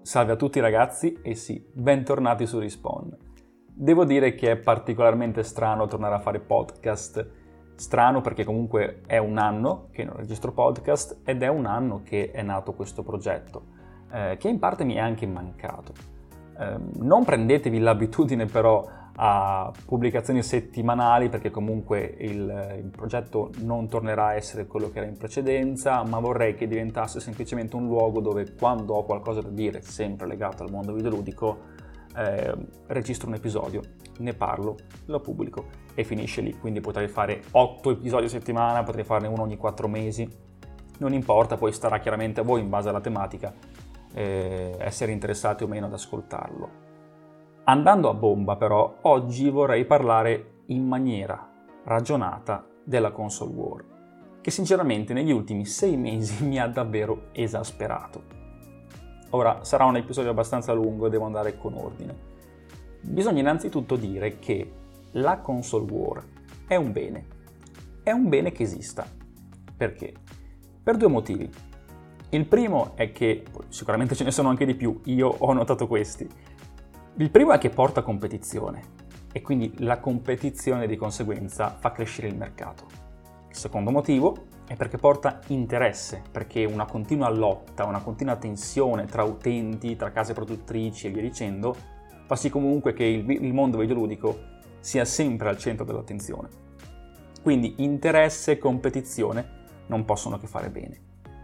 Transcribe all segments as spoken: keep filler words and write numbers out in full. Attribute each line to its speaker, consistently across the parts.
Speaker 1: Salve a tutti ragazzi e sì, bentornati su Respawn. Devo dire che è particolarmente strano tornare a fare podcast. Strano perché comunque è un anno che non registro podcast ed è un anno che è nato questo progetto, eh, che in parte mi è anche mancato. Eh, non prendetevi l'abitudine però a pubblicazioni settimanali perché comunque il, il progetto non tornerà a essere quello che era in precedenza, ma vorrei che diventasse semplicemente un luogo dove quando ho qualcosa da dire, sempre legato al mondo videoludico, eh, registro un episodio, ne parlo, lo pubblico e finisce lì. Quindi potrei fare otto episodi a settimana, potrei farne uno ogni quattro mesi, non importa, poi starà chiaramente a voi in base alla tematica eh, essere interessati o meno ad ascoltarlo. Andando a bomba però, oggi vorrei parlare in maniera ragionata della console war, che sinceramente negli ultimi sei mesi mi ha davvero esasperato. Ora, sarà un episodio abbastanza lungo e devo andare con ordine. Bisogna innanzitutto dire che la console war è un bene. È un bene che esista. Perché? Per due motivi. Il primo è che, sicuramente ce ne sono anche di più, io ho notato questi. Il primo è che porta competizione e quindi la competizione di conseguenza fa crescere il mercato. Il secondo motivo è perché porta interesse, perché una continua lotta, una continua tensione tra utenti, tra case produttrici e via dicendo, fa sì comunque che il, il mondo videoludico sia sempre al centro dell'attenzione. Quindi interesse e competizione non possono che fare bene.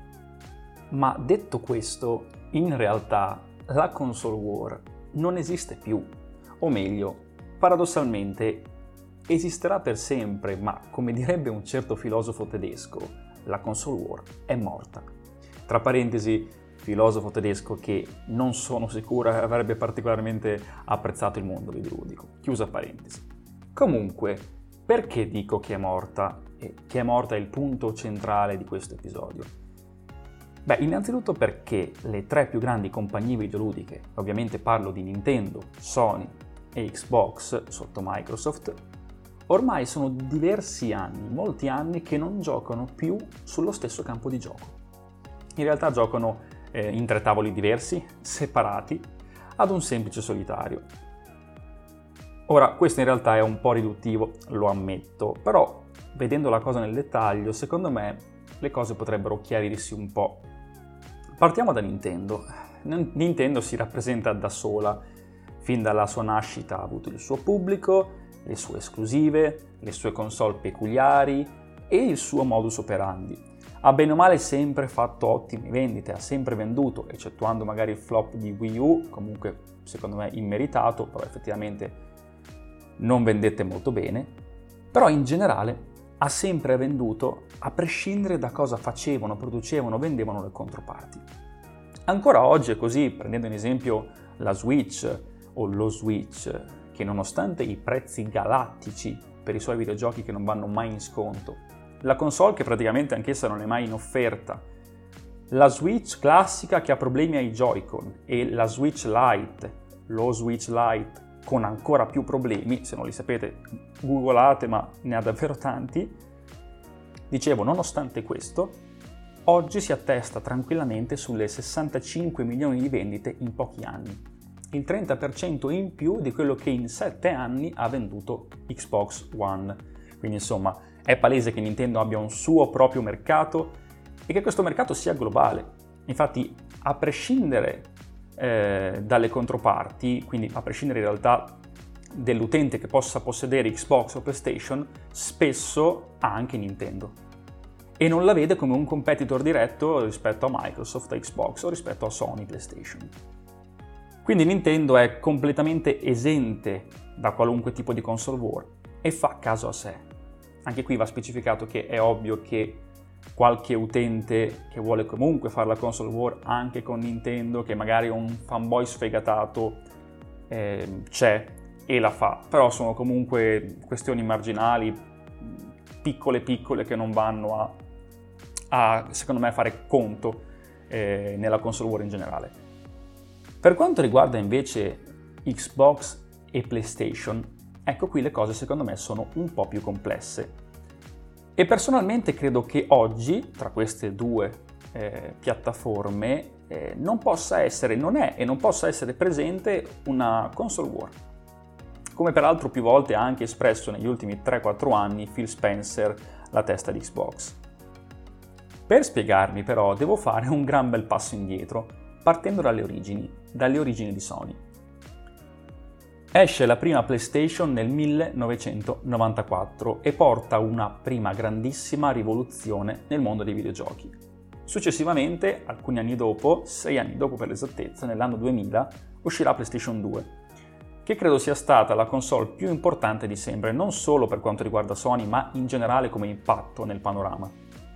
Speaker 1: Ma detto questo, in realtà la console war non esiste più, o meglio, paradossalmente esisterà per sempre, ma come direbbe un certo filosofo tedesco, la console war è morta. Tra parentesi, filosofo tedesco che non sono sicura avrebbe particolarmente apprezzato il mondo videoludico. Chiusa parentesi. Comunque, perché dico che è morta? E che è morta è il punto centrale di questo episodio. Beh, innanzitutto perché le tre più grandi compagnie videoludiche, ovviamente parlo di Nintendo, Sony e Xbox sotto Microsoft, ormai sono diversi anni, molti anni che non giocano più sullo stesso campo di gioco. In realtà giocano eh, in tre tavoli diversi, separati, ad un semplice solitario. Ora, questo in realtà è un po' riduttivo, lo ammetto, però vedendo la cosa nel dettaglio, secondo me le cose potrebbero chiarirsi un po'. Partiamo da Nintendo. Nintendo si rappresenta da sola. Fin dalla sua nascita ha avuto il suo pubblico, le sue esclusive, le sue console peculiari e il suo modus operandi. Ha bene o male sempre fatto ottime vendite, ha sempre venduto, eccettuando magari il flop di Wii U, comunque secondo me immeritato, però effettivamente non vendette molto bene, però in generale ha sempre venduto a prescindere da cosa facevano, producevano, vendevano le controparti. Ancora oggi è così, prendendo in esempio la Switch o lo Switch, che nonostante i prezzi galattici per i suoi videogiochi che non vanno mai in sconto, la console che praticamente anch'essa non è mai in offerta, la Switch classica che ha problemi ai Joy-Con e la Switch Lite, lo Switch Lite con ancora più problemi, se non li sapete googolate, ma ne ha davvero tanti. Dicevo, nonostante questo, oggi si attesta tranquillamente sulle sessantacinque milioni di vendite in pochi anni, il trenta per cento in più di quello che in sette anni ha venduto Xbox One. Quindi insomma, è palese che Nintendo abbia un suo proprio mercato e che questo mercato sia globale. Infatti, a prescindere Eh, dalle controparti, quindi a prescindere in realtà dell'utente che possa possedere Xbox o PlayStation, spesso ha anche Nintendo e non la vede come un competitor diretto rispetto a Microsoft, a Xbox o rispetto a Sony PlayStation. Quindi Nintendo è completamente esente da qualunque tipo di console war e fa caso a sé. Anche qui va specificato che è ovvio che qualche utente che vuole comunque fare la console war anche con Nintendo, che magari è un fanboy sfegatato, eh, c'è e la fa, però sono comunque questioni marginali, piccole piccole che non vanno a, a secondo me, fare conto eh, nella console war in generale. Per quanto riguarda invece Xbox e PlayStation, ecco qui le cose secondo me sono un po' più complesse. E personalmente credo che oggi, tra queste due eh, piattaforme, eh, non possa essere, non è e non possa essere presente una console war. Come peraltro più volte ha anche espresso negli ultimi tre quattro anni Phil Spencer, la testa di Xbox. Per spiegarmi però devo fare un gran bel passo indietro, partendo dalle origini, dalle origini di Sony. Esce la prima PlayStation nel millenovecentonovantaquattro e porta una prima grandissima rivoluzione nel mondo dei videogiochi. Successivamente, alcuni anni dopo, sei anni dopo per l'esattezza, nell'anno duemila, uscirà PlayStation due, che credo sia stata la console più importante di sempre, non solo per quanto riguarda Sony, ma in generale come impatto nel panorama.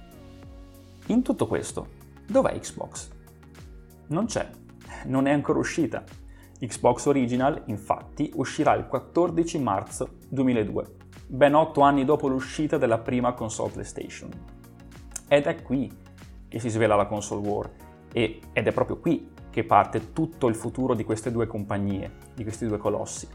Speaker 1: In tutto questo, dov'è Xbox? Non c'è, non è ancora uscita. Xbox Original, infatti, uscirà il quattordici marzo duemiladue, ben otto anni dopo l'uscita della prima console PlayStation. Ed è qui che si svela la console war, e, ed è proprio qui che parte tutto il futuro di queste due compagnie, di questi due colossi.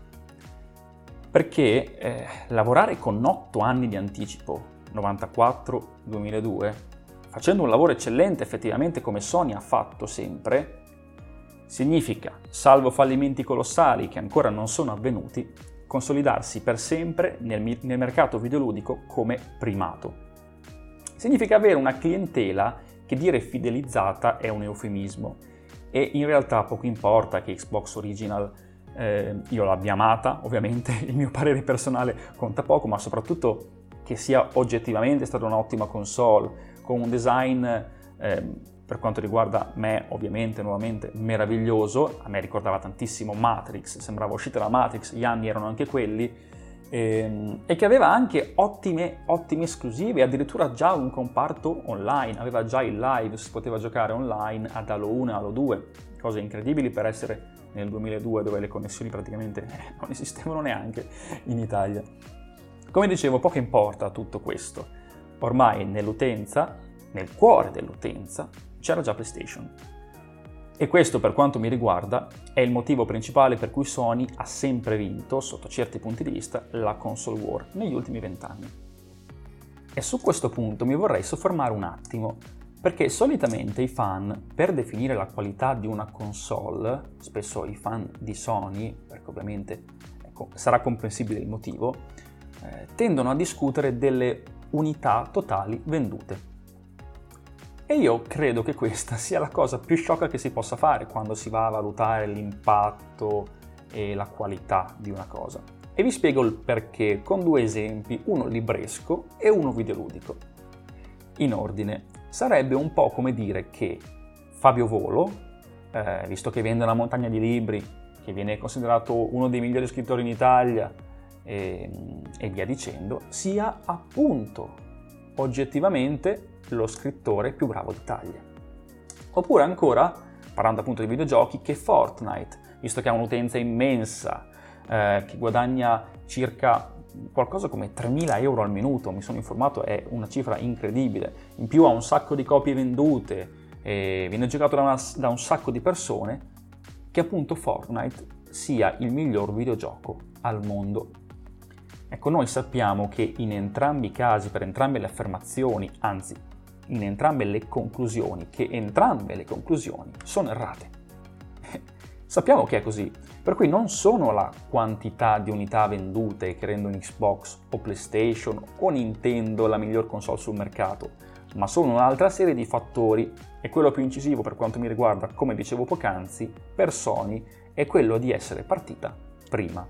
Speaker 1: Perché eh, lavorare con otto anni di anticipo, novantaquattro duemiladue, facendo un lavoro eccellente effettivamente come Sony ha fatto sempre, significa, salvo fallimenti colossali che ancora non sono avvenuti, consolidarsi per sempre nel, nel mercato videoludico come primato. Significa avere una clientela che dire fidelizzata è un eufemismo, e in realtà poco importa che Xbox Original eh, io l'abbia amata, ovviamente il mio parere personale conta poco, ma soprattutto che sia oggettivamente stata un'ottima console, con un design eh, per quanto riguarda me ovviamente nuovamente meraviglioso. A me ricordava tantissimo Matrix, sembrava uscita da Matrix, gli anni erano anche quelli, ehm, e che aveva anche ottime, ottime esclusive, addirittura già un comparto online, aveva già il live, si poteva giocare online ad Halo uno e Halo due, cose incredibili per essere nel duemiladue dove le connessioni praticamente non esistevano neanche in Italia. Come dicevo, poco importa tutto questo. Ormai nell'utenza, nel cuore dell'utenza, c'era già PlayStation. E questo, per quanto mi riguarda, è il motivo principale per cui Sony ha sempre vinto, sotto certi punti di vista, la console war negli ultimi vent'anni. E su questo punto mi vorrei soffermare un attimo, perché solitamente i fan, per definire la qualità di una console, spesso i fan di Sony, perché ovviamente ecco, sarà comprensibile il motivo, eh, tendono a discutere delle unità totali vendute. E io credo che questa sia la cosa più sciocca che si possa fare quando si va a valutare l'impatto e la qualità di una cosa. E vi spiego il perché con due esempi, uno libresco e uno videoludico. In ordine, sarebbe un po' come dire che Fabio Volo, eh, visto che vende una montagna di libri, che viene considerato uno dei migliori scrittori in Italia, e, e via dicendo, sia appunto oggettivamente lo scrittore più bravo d'Italia. Oppure ancora, parlando appunto di videogiochi, che Fortnite, visto che ha un'utenza immensa, eh, che guadagna circa qualcosa come tremila euro al minuto, mi sono informato, è una cifra incredibile, in più ha un sacco di copie vendute, e viene giocato da, una, da un sacco di persone, che appunto Fortnite sia il miglior videogioco al mondo. Ecco, noi sappiamo che in entrambi i casi, per entrambe le affermazioni, anzi, in entrambe le conclusioni, che entrambe le conclusioni sono errate. Sappiamo che è così, per cui non sono la quantità di unità vendute che rendono Xbox o PlayStation o Nintendo la miglior console sul mercato, ma sono un'altra serie di fattori, e quello più incisivo per quanto mi riguarda, come dicevo poc'anzi, per Sony è quello di essere partita prima.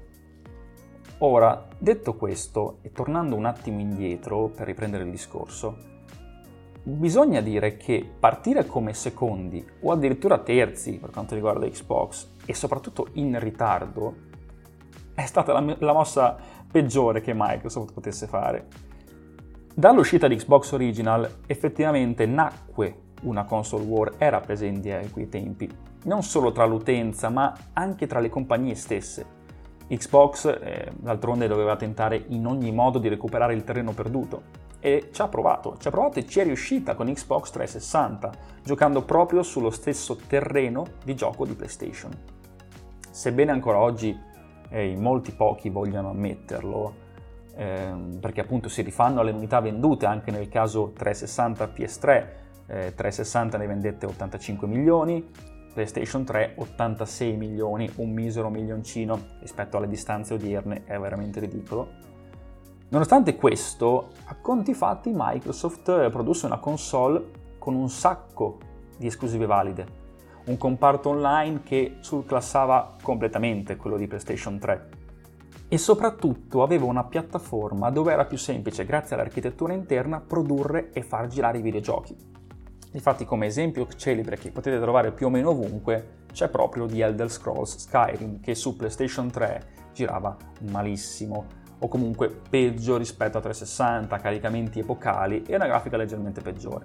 Speaker 1: Ora, detto questo, e tornando un attimo indietro per riprendere il discorso, bisogna dire che partire come secondi o addirittura terzi per quanto riguarda Xbox, e soprattutto in ritardo, è stata la, la mossa peggiore che Microsoft potesse fare. Dall'uscita di Xbox Original effettivamente nacque una console war, era presente a quei tempi, non solo tra l'utenza ma anche tra le compagnie stesse. Xbox eh, d'altronde doveva tentare in ogni modo di recuperare il terreno perduto, e ci ha provato, ci ha provato e ci è riuscita con Xbox trecentosessanta, giocando proprio sullo stesso terreno di gioco di PlayStation. Sebbene ancora oggi eh, in molti pochi vogliano ammetterlo, ehm, perché appunto si rifanno alle unità vendute anche nel caso trecentosessanta P S tre, eh, trecentosessanta ne vendette ottantacinque milioni, PlayStation tre ottantasei milioni, un misero milioncino rispetto alle distanze odierne, è veramente ridicolo. Nonostante questo, a conti fatti Microsoft produsse una console con un sacco di esclusive valide, un comparto online che surclassava completamente quello di PlayStation tre e soprattutto aveva una piattaforma dove era più semplice, grazie all'architettura interna, produrre e far girare i videogiochi. Infatti, come esempio celebre che potete trovare più o meno ovunque, c'è proprio The Elder Scrolls Skyrim, che su PlayStation tre girava malissimo, o comunque peggio rispetto a trecentosessanta, caricamenti epocali e una grafica leggermente peggiore.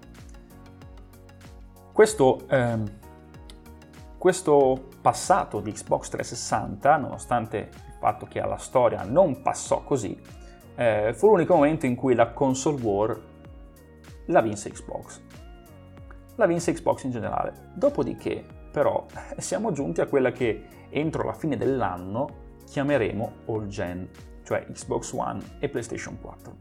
Speaker 1: Questo, ehm, questo passato di Xbox trecentosessanta, nonostante il fatto che alla storia non passò così, eh, fu l'unico momento in cui la console war la vinse Xbox. La vinse Xbox in generale. Dopodiché, però, siamo giunti a quella che entro la fine dell'anno chiameremo all gen, cioè Xbox One e PlayStation quattro.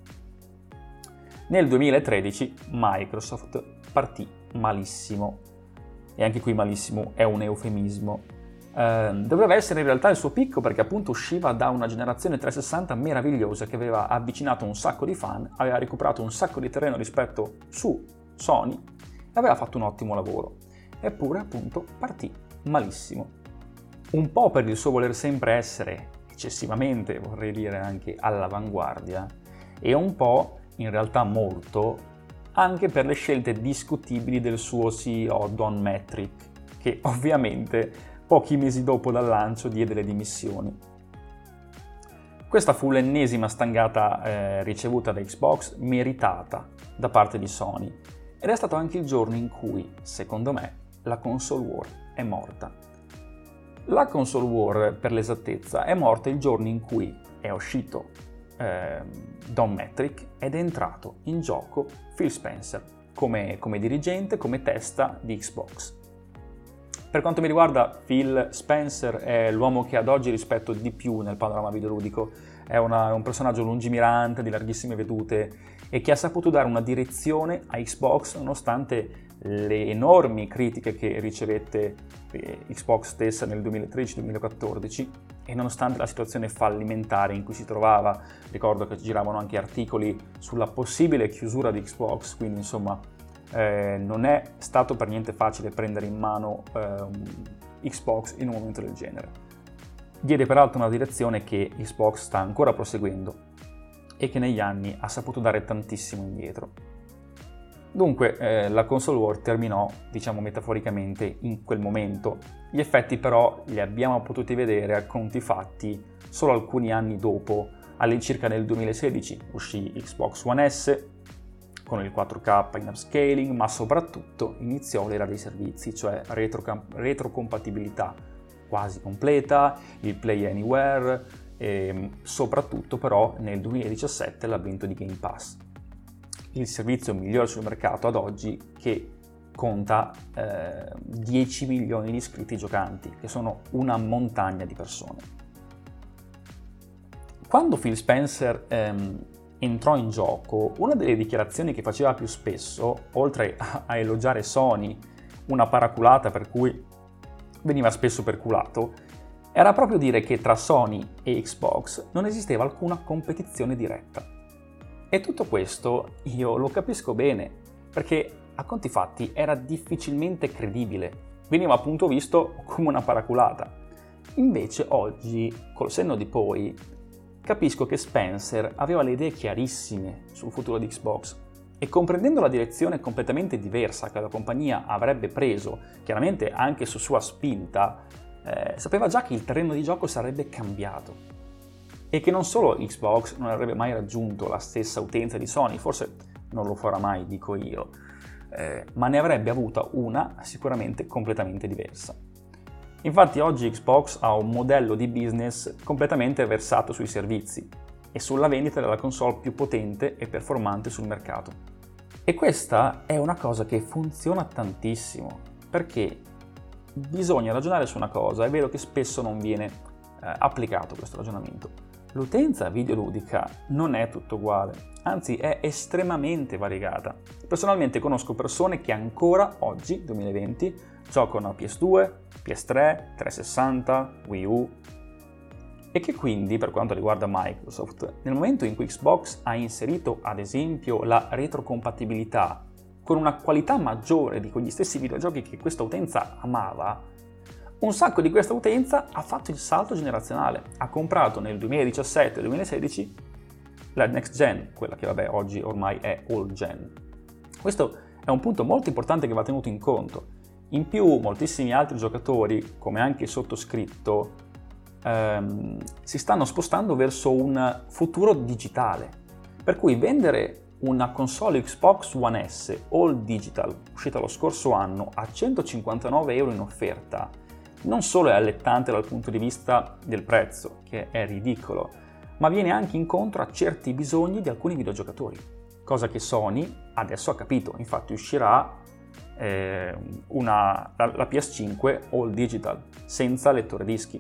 Speaker 1: Nel duemilatredici Microsoft partì malissimo, e anche qui malissimo è un eufemismo. Eh, doveva essere in realtà il suo picco, perché appunto usciva da una generazione trecentosessanta meravigliosa che aveva avvicinato un sacco di fan, aveva recuperato un sacco di terreno rispetto su Sony, aveva fatto un ottimo lavoro, eppure appunto partì malissimo. Un po' per il suo voler sempre essere eccessivamente, vorrei dire anche all'avanguardia, e un po', in realtà molto, anche per le scelte discutibili del suo C E O Don Mattrick, che ovviamente pochi mesi dopo dal lancio diede le dimissioni. Questa fu l'ennesima stangata eh, ricevuta da Xbox, meritata da parte di Sony. Ed è stato anche il giorno in cui, secondo me, la console war è morta. La console war, per l'esattezza, è morta il giorno in cui è uscito eh, Don Mattrick ed è entrato in gioco Phil Spencer come, come dirigente, come testa di Xbox. Per quanto mi riguarda, Phil Spencer è l'uomo che ad oggi rispetto di più nel panorama videoludico. È, una, è un personaggio lungimirante, di larghissime vedute, e che ha saputo dare una direzione a Xbox nonostante le enormi critiche che ricevette Xbox stessa nel duemilatredici duemilaquattordici e nonostante la situazione fallimentare in cui si trovava. Ricordo che giravano anche articoli sulla possibile chiusura di Xbox, quindi insomma eh, non è stato per niente facile prendere in mano eh, Xbox in un momento del genere. Diede peraltro una direzione che Xbox sta ancora proseguendo e che negli anni ha saputo dare tantissimo indietro. Dunque eh, la console war terminò, diciamo metaforicamente, in quel momento. Gli effetti però li abbiamo potuti vedere a conti fatti solo alcuni anni dopo. All'incirca nel duemilasedici uscì Xbox One S con il quattro K in upscaling, ma soprattutto iniziò l'era dei servizi, cioè retrocam- retrocompatibilità quasi completa, il Play Anywhere e soprattutto però nel duemiladiciassette l'avvento di Game Pass, il servizio migliore sul mercato ad oggi, che conta eh, dieci milioni di iscritti giocanti, che sono una montagna di persone. Quando Phil Spencer ehm, entrò in gioco, una delle dichiarazioni che faceva più spesso, oltre a, a elogiare Sony, una paraculata per cui veniva spesso perculato, era proprio dire che tra Sony e Xbox non esisteva alcuna competizione diretta. E tutto questo io lo capisco bene, perché a conti fatti era difficilmente credibile, veniva appunto visto come una paraculata. Invece oggi, col senno di poi, capisco che Spencer aveva le idee chiarissime sul futuro di Xbox e, comprendendo la direzione completamente diversa che la compagnia avrebbe preso, chiaramente anche su sua spinta, eh, sapeva già che il terreno di gioco sarebbe cambiato e che non solo Xbox non avrebbe mai raggiunto la stessa utenza di Sony, forse non lo farà mai, dico io, eh, ma ne avrebbe avuta una sicuramente completamente diversa. Infatti oggi Xbox ha un modello di business completamente versato sui servizi e sulla vendita della console più potente e performante sul mercato. E questa è una cosa che funziona tantissimo, perché bisogna ragionare su una cosa, è vero che spesso non viene eh, applicato questo ragionamento. l'utenza videoludica non è tutto uguale, anzi è estremamente variegata. Personalmente conosco persone che ancora oggi, duemilaventi, giocano a P S due, P S tre, trecentosessanta, Wii U e che quindi, per quanto riguarda Microsoft, nel momento in cui Xbox ha inserito ad esempio la retrocompatibilità con una qualità maggiore di quegli stessi videogiochi che questa utenza amava, un sacco di questa utenza ha fatto il salto generazionale, ha comprato nel duemiladiciassette duemilasedici la next gen, quella che vabbè oggi ormai è old gen. Questo è un punto molto importante che va tenuto in conto. In più moltissimi altri giocatori, come anche il sottoscritto, ehm, si stanno spostando verso un futuro digitale, per cui vendere una console Xbox One S all digital uscita lo scorso anno a centocinquantanove euro in offerta non solo è allettante dal punto di vista del prezzo, che è ridicolo, ma viene anche incontro a certi bisogni di alcuni videogiocatori, cosa che Sony adesso ha capito. Infatti uscirà eh, una, la, la P S cinque all digital, senza lettore dischi.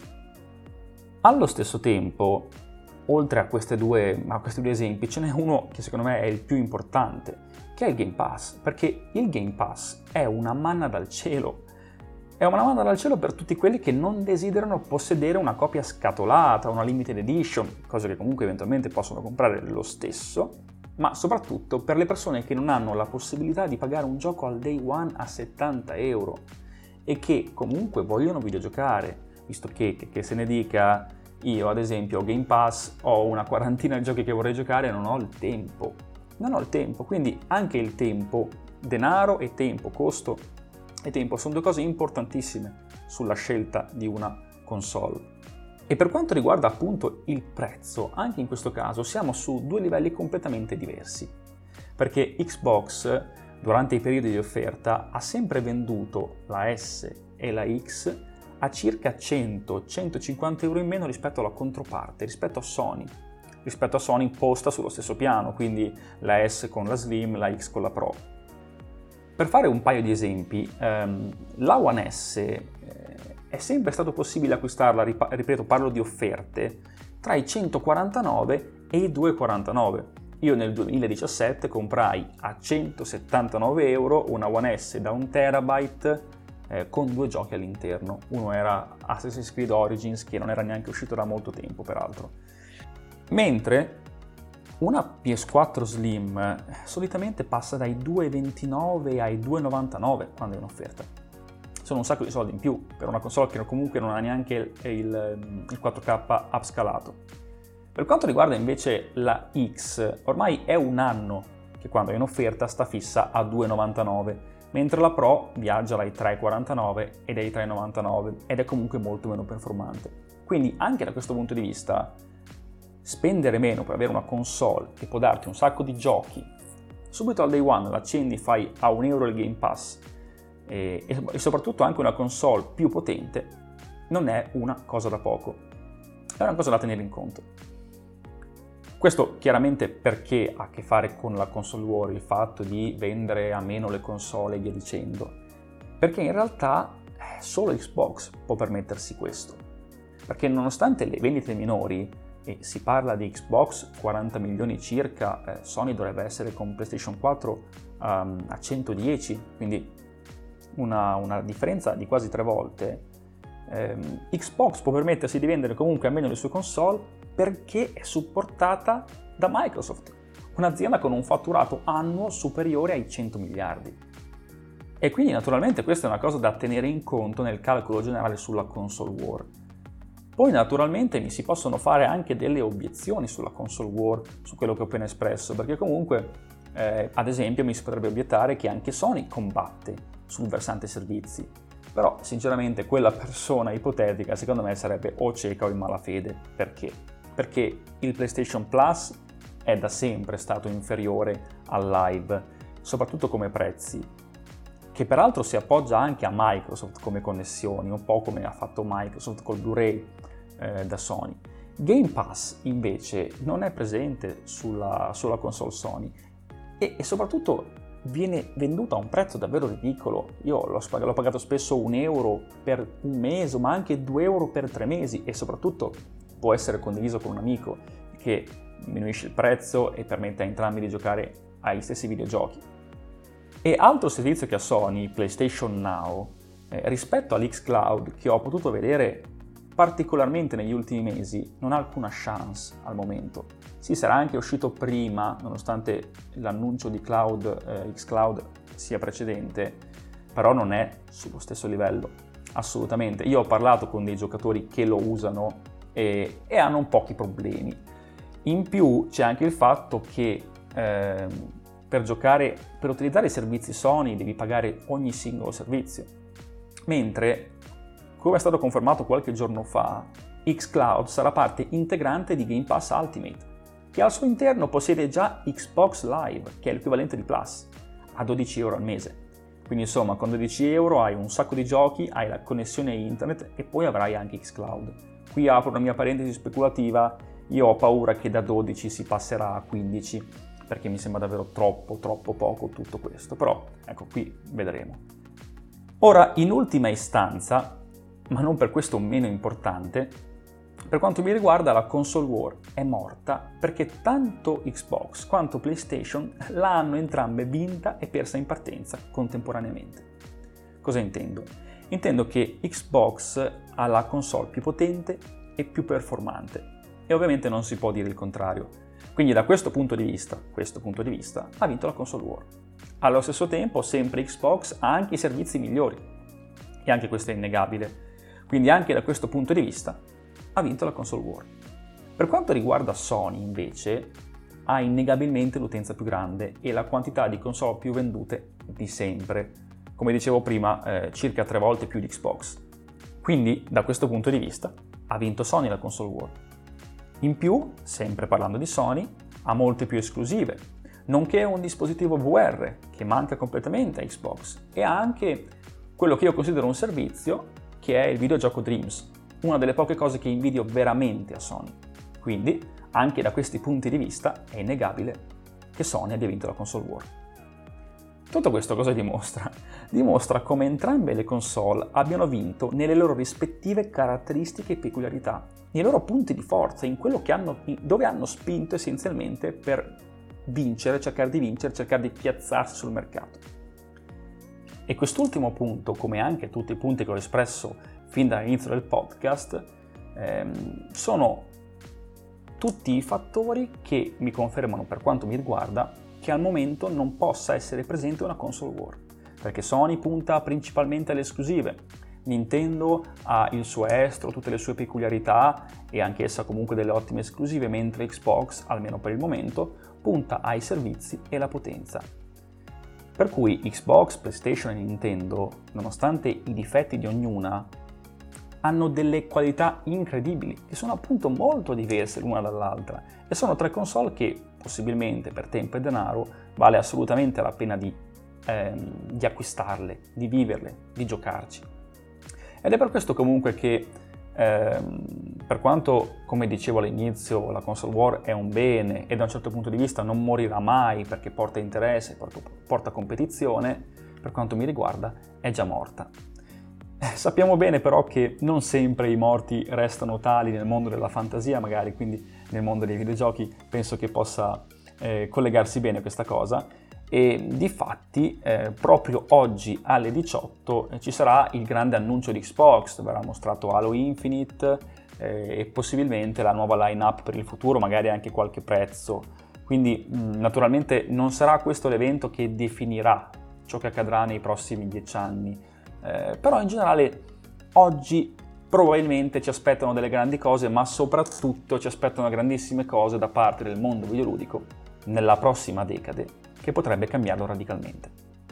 Speaker 1: Allo stesso tempo, oltre a, queste due, a questi due esempi, ce n'è uno che secondo me è il più importante, che è il Game Pass, perché il Game Pass è una manna dal cielo. È una manna dal cielo per tutti quelli che non desiderano possedere una copia scatolata, una limited edition, cose che comunque eventualmente possono comprare lo stesso, ma soprattutto per le persone che non hanno la possibilità di pagare un gioco al day one a settanta euro e che comunque vogliono videgiocare, visto che, che, che se ne dica io ad esempio ho Game Pass, ho una quarantina di giochi che vorrei giocare e non ho il tempo. Non ho il tempo, quindi anche il tempo, denaro e tempo, costo e tempo sono due cose importantissime sulla scelta di una console. E per quanto riguarda appunto il prezzo, anche in questo caso siamo su due livelli completamente diversi, perché Xbox durante i periodi di offerta ha sempre venduto la S e la X a circa cento centocinquanta euro in meno rispetto alla controparte, rispetto a Sony. Rispetto a Sony posta sullo stesso piano, quindi la S con la Slim, la X con la Pro. Per fare un paio di esempi, ehm, la One S eh, è sempre stato possibile acquistarla, rip- ripeto, parlo di offerte, tra i centoquarantanove e i duecentoquarantanove. Io nel duemiladiciassette comprai a centosettantanove euro una One S da un terabyte eh, con due giochi all'interno. Uno era Assassin's Creed Origins, che non era neanche uscito da molto tempo peraltro. Mentre una P S quattro Slim solitamente passa dai duecentoventinove ai duecentonovantanove quando è in offerta. Sono un sacco di soldi in più per una console che comunque non ha neanche il, il, il quattro K upscalato. Per quanto riguarda invece la X, ormai è un anno che quando è in offerta sta fissa a duecentonovantanove, mentre la Pro viaggia dai trecentoquarantanove e dai trecentonovantanove ed è comunque molto meno performante. Quindi anche da questo punto di vista spendere meno per avere una console che può darti un sacco di giochi, subito al day one l'accendi, fai a un euro il Game Pass e, e soprattutto anche una console più potente, non è una cosa da poco, è una cosa da tenere in conto. Questo chiaramente perché ha a che fare con la console war, il fatto di vendere a meno le console e via dicendo, perché in realtà solo Xbox può permettersi questo, perché nonostante le vendite minori, e si parla di Xbox quaranta milioni circa, eh, Sony dovrebbe essere con PlayStation quattro um, a centodieci, quindi una, una differenza di quasi tre volte. Eh, Xbox può permettersi di vendere comunque almeno le sue console perché è supportata da Microsoft, un'azienda con un fatturato annuo superiore ai cento miliardi. E quindi naturalmente questa è una cosa da tenere in conto nel calcolo generale sulla console war. Poi naturalmente mi si possono fare anche delle obiezioni sulla console war, su quello che ho appena espresso, perché comunque eh, ad esempio mi si potrebbe obiettare che anche Sony combatte sul versante servizi, però sinceramente quella persona ipotetica secondo me sarebbe o cieca o in malafede. Perché? Perché il PlayStation Plus è da sempre stato inferiore al Live, soprattutto come prezzi, che peraltro si appoggia anche a Microsoft come connessioni, un po' come ha fatto Microsoft col Blu-ray eh, da Sony. Game Pass invece non è presente sulla, sulla console Sony e, e soprattutto viene venduto a un prezzo davvero ridicolo. Io l'ho, l'ho pagato spesso un euro per un mese, ma anche due euro per tre mesi e soprattutto può essere condiviso con un amico, che diminuisce il prezzo e permette a entrambi di giocare agli stessi videogiochi. E altro servizio che ha Sony, PlayStation Now, eh, rispetto all'xCloud che ho potuto vedere particolarmente negli ultimi mesi, non ha alcuna chance al momento. Sì, sarà anche uscito prima, nonostante l'annuncio di cloud, eh, xCloud sia precedente, però non è sullo stesso livello, assolutamente. Io ho parlato con dei giocatori che lo usano e, e hanno pochi problemi. In più c'è anche il fatto che eh, per giocare, per utilizzare i servizi Sony devi pagare ogni singolo servizio, mentre, come è stato confermato qualche giorno fa, xCloud sarà parte integrante di Game Pass Ultimate, che al suo interno possiede già Xbox Live, che è l'equivalente di Plus, a dodici euro al mese. Quindi insomma, con dodici euro hai un sacco di giochi, hai la connessione internet e poi avrai anche xCloud. Qui apro una mia parentesi speculativa, io ho paura che da dodici si passerà a quindici, perché mi sembra davvero troppo, troppo poco tutto questo, però ecco, qui vedremo. Ora, in ultima istanza, ma non per questo meno importante, per quanto mi riguarda la console war è morta perché tanto Xbox quanto PlayStation l'hanno entrambe vinta e persa in partenza contemporaneamente. Cosa intendo? Intendo che Xbox ha la console più potente e più performante e ovviamente non si può dire il contrario. Quindi da questo punto di vista, questo punto di vista ha vinto la console war. Allo stesso tempo sempre Xbox ha anche i servizi migliori e anche questo è innegabile. Quindi anche da questo punto di vista ha vinto la console war. Per quanto riguarda Sony, invece, ha innegabilmente l'utenza più grande e la quantità di console più vendute di sempre. Come dicevo prima, eh, circa tre volte più di Xbox. Quindi, da questo punto di vista, ha vinto Sony la console war. In più, sempre parlando di Sony, ha molte più esclusive, nonché un dispositivo V R che manca completamente a Xbox e ha anche quello che io considero un servizio, che è il videogioco Dreams, una delle poche cose che invidio veramente a Sony. Quindi, anche da questi punti di vista, è innegabile che Sony abbia vinto la console war. Tutto questo cosa dimostra? Dimostra come entrambe le console abbiano vinto nelle loro rispettive caratteristiche e peculiarità, nei loro punti di forza, in quello che hanno, dove hanno spinto essenzialmente per vincere, cercare di vincere, cercare di piazzarsi sul mercato. E quest'ultimo punto, come anche tutti i punti che ho espresso fin dall'inizio del podcast, ehm, sono tutti i fattori che mi confermano, per quanto mi riguarda, che al momento non possa essere presente una console war, perché Sony punta principalmente alle esclusive, Nintendo ha il suo estro, tutte le sue peculiarità e anche essa comunque delle ottime esclusive, mentre Xbox, almeno per il momento, punta ai servizi e la potenza. Per cui Xbox, PlayStation e Nintendo, nonostante i difetti di ognuna, hanno delle qualità incredibili, che sono appunto molto diverse l'una dall'altra, e sono tre console che, possibilmente per tempo e denaro, vale assolutamente la pena di, ehm, di acquistarle, di viverle, di giocarci. Ed è per questo comunque che, ehm, per quanto, come dicevo all'inizio, la console war è un bene e da un certo punto di vista non morirà mai perché porta interesse, porta, porta competizione, per quanto mi riguarda è già morta. Sappiamo bene però che non sempre i morti restano tali nel mondo della fantasia, magari, quindi nel mondo dei videogiochi penso che possa eh, collegarsi bene questa cosa. E difatti eh, proprio oggi alle diciotto eh, ci sarà il grande annuncio di Xbox, verrà mostrato Halo Infinite eh, e possibilmente la nuova line-up per il futuro, magari anche qualche prezzo. Quindi mh, naturalmente non sarà questo l'evento che definirà ciò che accadrà nei prossimi dieci anni. Eh, però in generale oggi probabilmente ci aspettano delle grandi cose, ma soprattutto ci aspettano grandissime cose da parte del mondo videoludico nella prossima decade, che potrebbe cambiarlo radicalmente.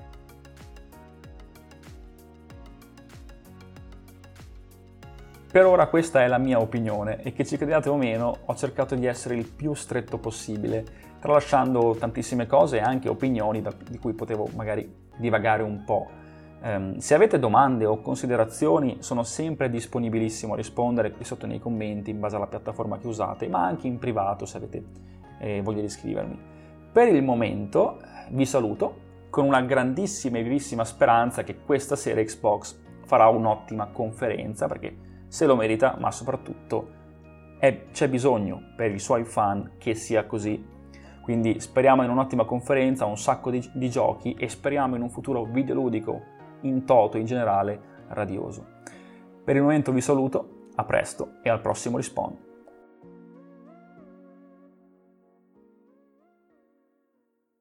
Speaker 1: Per ora questa è la mia opinione e che ci crediate o meno ho cercato di essere il più stretto possibile, tralasciando tantissime cose e anche opinioni da, di cui potevo magari divagare un po'. Um, se avete domande o considerazioni sono sempre disponibilissimo a rispondere qui sotto nei commenti in base alla piattaforma che usate, ma anche in privato se avete eh, voglia di scrivermi. Per il momento vi saluto con una grandissima e vivissima speranza che questa sera Xbox farà un'ottima conferenza, perché se lo merita, ma soprattutto e c'è bisogno per i suoi fan che sia così. Quindi speriamo in un'ottima conferenza, un sacco di, di giochi e speriamo in un futuro videoludico in toto, in generale, radioso. Per il momento vi saluto, a presto e al prossimo Respawn.